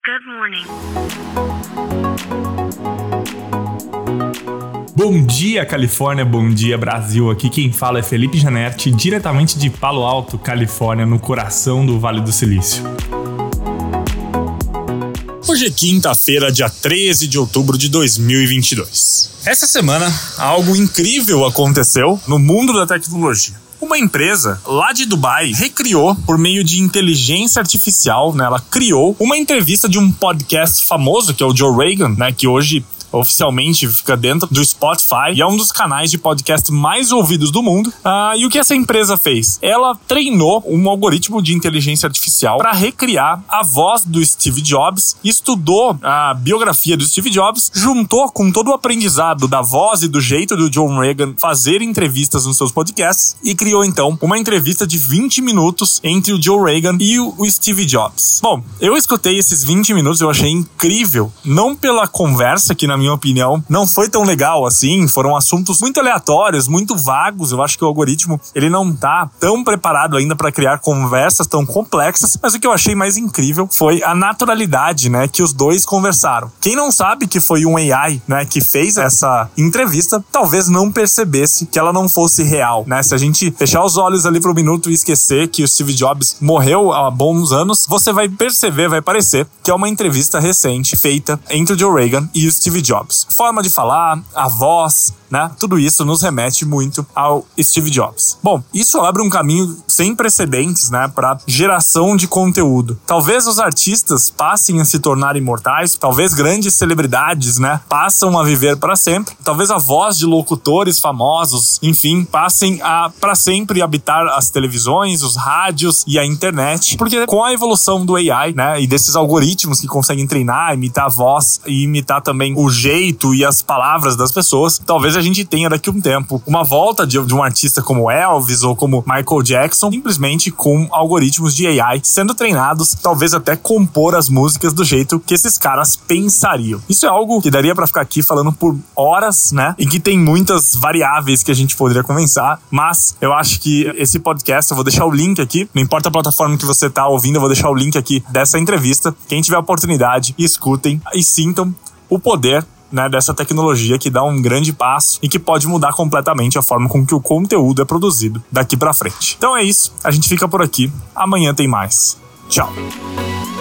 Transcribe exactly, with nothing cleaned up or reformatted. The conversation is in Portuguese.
Good morning. Bom dia, Califórnia, bom dia, Brasil. Aqui quem fala é Felipe Janetti, diretamente de Palo Alto, Califórnia, no coração do Vale do Silício. Hoje é quinta-feira, dia treze de outubro de dois mil e vinte e dois. Essa semana, algo incrível aconteceu no mundo da tecnologia. Uma empresa lá de Dubai recriou, por meio de inteligência artificial, né, ela criou uma entrevista de um podcast famoso, que é o Joe Rogan, né, que hoje oficialmente fica dentro do Spotify e é um dos canais de podcast mais ouvidos do mundo. Ah, e o que essa empresa fez? Ela treinou um algoritmo de inteligência artificial para recriar a voz do Steve Jobs, estudou a biografia do Steve Jobs, juntou com todo o aprendizado da voz e do jeito do Joe Rogan fazer entrevistas nos seus podcasts e criou então uma entrevista de vinte minutos entre o Joe Rogan e o Steve Jobs. Bom, eu escutei esses vinte minutos, eu achei incrível, não pela conversa, que na minha opinião não foi tão legal assim, foram assuntos muito aleatórios, muito vagos. Eu acho que o algoritmo ele não tá tão preparado ainda para criar conversas tão complexas, mas o que eu achei mais incrível foi a naturalidade, né, que os dois conversaram. Quem não sabe que foi um A I, né, que fez essa entrevista, talvez não percebesse que ela não fosse real, né? Se a gente fechar os olhos ali por um minuto e esquecer que o Steve Jobs morreu há bons anos, você vai perceber, vai parecer que é uma entrevista recente feita entre o Joe Rogan e o Steve Jobs. Forma de falar, a voz, né? Tudo isso nos remete muito ao Steve Jobs. Bom, isso abre um caminho sem precedentes, né, para geração de conteúdo. Talvez os artistas passem a se tornar imortais, talvez grandes celebridades, né, passam a viver para sempre. Talvez a voz de locutores famosos, enfim, passem a para sempre habitar as televisões, os rádios e a internet, porque com a evolução do A I, né, e desses algoritmos que conseguem treinar, imitar a voz e imitar também o jeito e as palavras das pessoas, talvez a gente tenha daqui a um tempo uma volta de, de um artista como Elvis ou como Michael Jackson, simplesmente com algoritmos de A I sendo treinados, talvez até compor as músicas do jeito que esses caras pensariam. Isso é algo que daria pra ficar aqui falando por horas, né? E que tem muitas variáveis que a gente poderia conversar, mas eu acho que esse podcast, eu vou deixar o link aqui, não importa a plataforma que você tá ouvindo, eu vou deixar o link aqui dessa entrevista. Quem tiver a oportunidade, escutem e sintam o poder, né, dessa tecnologia que dá um grande passo e que pode mudar completamente a forma com que o conteúdo é produzido daqui pra frente. Então é isso, a gente fica por aqui. Amanhã tem mais. Tchau.